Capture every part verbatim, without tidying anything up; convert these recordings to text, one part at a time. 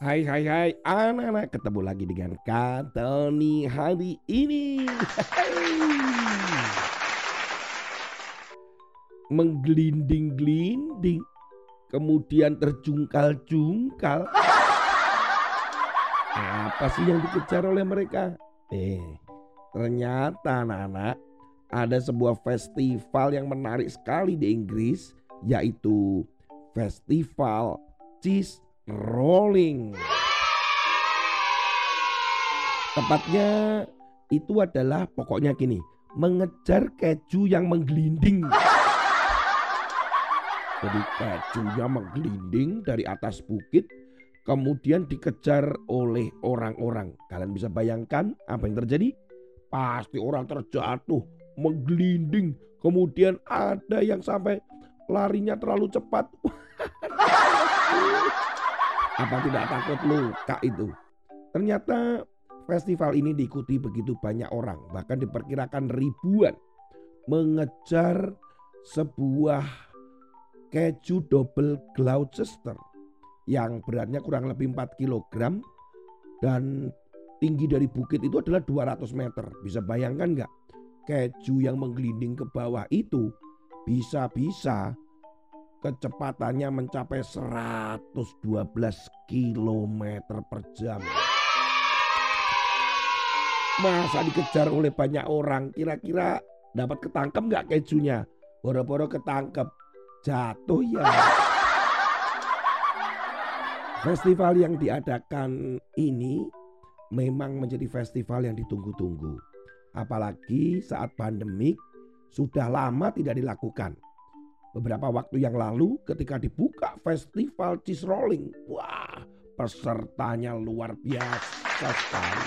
Hai hai hai anak-anak, ketemu lagi dengan Kak Tony hari ini. Menggelinding-gelinding, kemudian terjungkal-jungkal. Apa sih yang dikejar oleh mereka? Eh, ternyata anak-anak ada sebuah festival yang menarik sekali di Inggris, yaitu Festival Cheese Rolling. Tepatnya itu adalah pokoknya gini, mengejar keju yang menggelinding. Jadi kejunya menggelinding dari atas bukit, kemudian dikejar oleh orang-orang. Kalian bisa bayangkan apa yang terjadi? Pasti orang terjatuh, menggelinding. Kemudian ada yang sampai larinya terlalu cepat. Apa tidak takut luka itu? Ternyata festival ini diikuti begitu banyak orang, bahkan diperkirakan ribuan, mengejar sebuah keju double Gloucester yang beratnya kurang lebih empat kilogram dan tinggi dari bukit itu adalah dua ratus meter. Bisa bayangkan nggak? Keju yang menggelinding ke bawah itu bisa-bisa kecepatannya mencapai seratus dua belas kilometer per jam. Masa dikejar oleh banyak orang, kira-kira dapat ketangkep nggak kejunya? Boro-boro ketangkep, jatuh ya. Festival yang diadakan ini memang menjadi festival yang ditunggu-tunggu. Apalagi saat pandemik sudah lama tidak dilakukan. Beberapa waktu yang lalu ketika dibuka festival Cheese Rolling, wah pesertanya luar biasa sekali.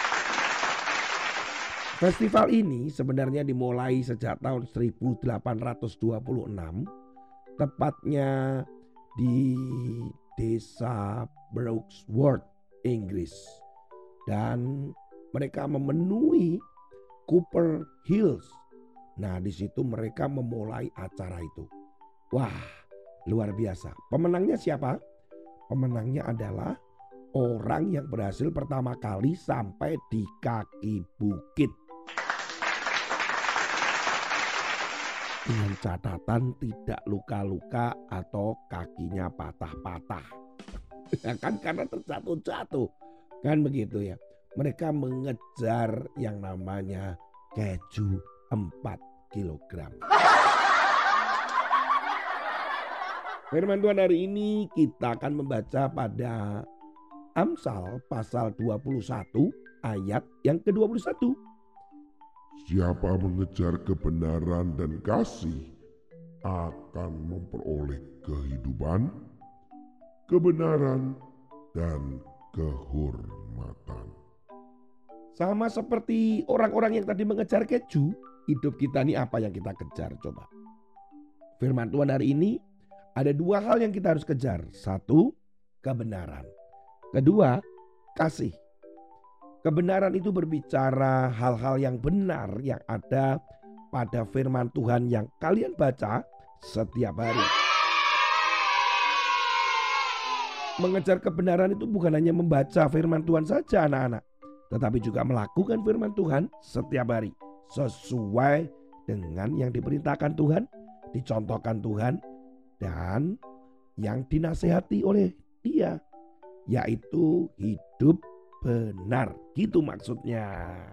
Festival ini sebenarnya dimulai sejak tahun seribu delapan ratus dua puluh enam, tepatnya di desa Brooksworth, Inggris. Dan mereka memenuhi Cooper Hills. Nah, di situ mereka memulai acara itu. Wah, luar biasa. Pemenangnya siapa? Pemenangnya adalah orang yang berhasil pertama kali sampai di kaki bukit. Dengan catatan tidak luka-luka atau kakinya patah-patah. Kan karena terjatuh-jatuh. Kan begitu ya. Mereka mengejar yang namanya keju empat kilogram. Firman Tuhan hari ini kita akan membaca pada Amsal pasal dua puluh satu ayat yang ke dua puluh satu. Siapa mengejar kebenaran dan kasih akan memperoleh kehidupan, kebenaran, dan kehormatan. Sama seperti orang-orang yang tadi mengejar keju, hidup kita ini apa yang kita kejar coba? Firman Tuhan hari ini ada dua hal yang kita harus kejar. Satu, kebenaran. Kedua, kasih. Kebenaran itu berbicara hal-hal yang benar yang ada pada firman Tuhan yang kalian baca setiap hari. Mengejar kebenaran itu bukan hanya membaca firman Tuhan saja anak-anak, tetapi juga melakukan firman Tuhan setiap hari sesuai dengan yang diperintahkan Tuhan, dicontohkan Tuhan, dan yang dinasehati oleh Dia, yaitu hidup benar. Gitu maksudnya.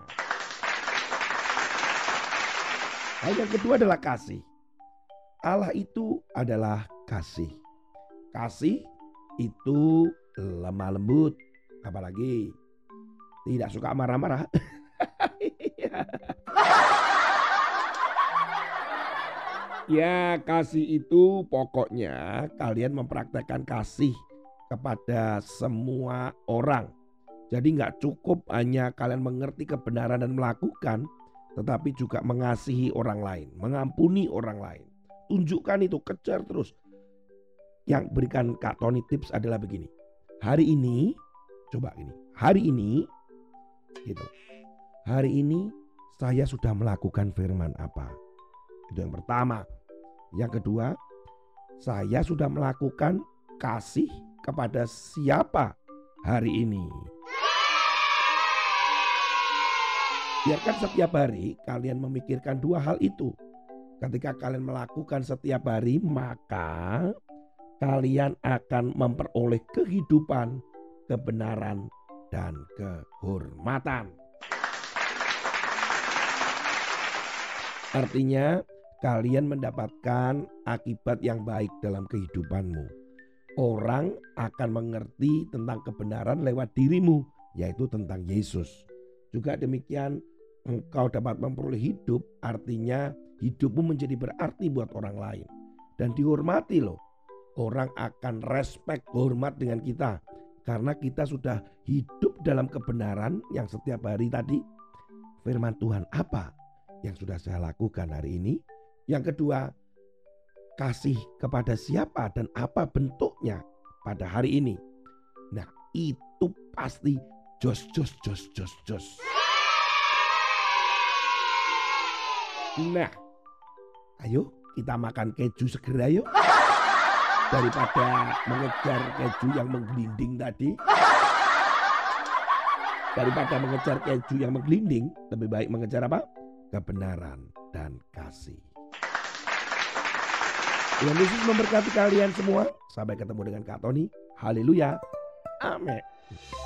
Hal yang kedua adalah kasih. Allah itu adalah kasih. Kasih itu lemah lembut, apalagi tidak suka marah-marah. Ya, kasih itu pokoknya kalian mempraktekkan kasih kepada semua orang. Jadi nggak cukup hanya kalian mengerti kebenaran dan melakukan, tetapi juga mengasihi orang lain, mengampuni orang lain. Tunjukkan itu, kejar terus. Yang berikan Kak Tony tips adalah begini. Hari ini, coba ini. Hari ini, gitu. Hari ini saya sudah melakukan firman apa? Itu yang pertama. Yang kedua, saya sudah melakukan kasih kepada siapa hari ini. Biarkan setiap hari kalian memikirkan dua hal itu. Ketika kalian melakukan setiap hari, maka kalian akan memperoleh kehidupan, kebenaran, dan kehormatan. Artinya, kalian mendapatkan akibat yang baik dalam kehidupanmu. Orang akan mengerti tentang kebenaran lewat dirimu, yaitu tentang Yesus. Juga demikian, engkau dapat memperoleh hidup, artinya hidupmu menjadi berarti buat orang lain. Dan dihormati loh. Orang akan respect, hormat dengan kita. Karena kita sudah hidup dalam kebenaran yang setiap hari tadi. Firman Tuhan apa yang sudah saya lakukan hari ini? Yang kedua, kasih kepada siapa dan apa bentuknya pada hari ini. Nah, itu pasti jos, jos, jos, jos, jos. Nah, ayo kita makan keju segera yuk. Daripada mengejar keju yang menggelinding tadi. Daripada mengejar keju yang menggelinding, lebih baik mengejar apa? Kebenaran dan kasih. Tuhan Yesus memberkati kalian semua. Sampai ketemu dengan Kak Tony. Haleluya. Amin.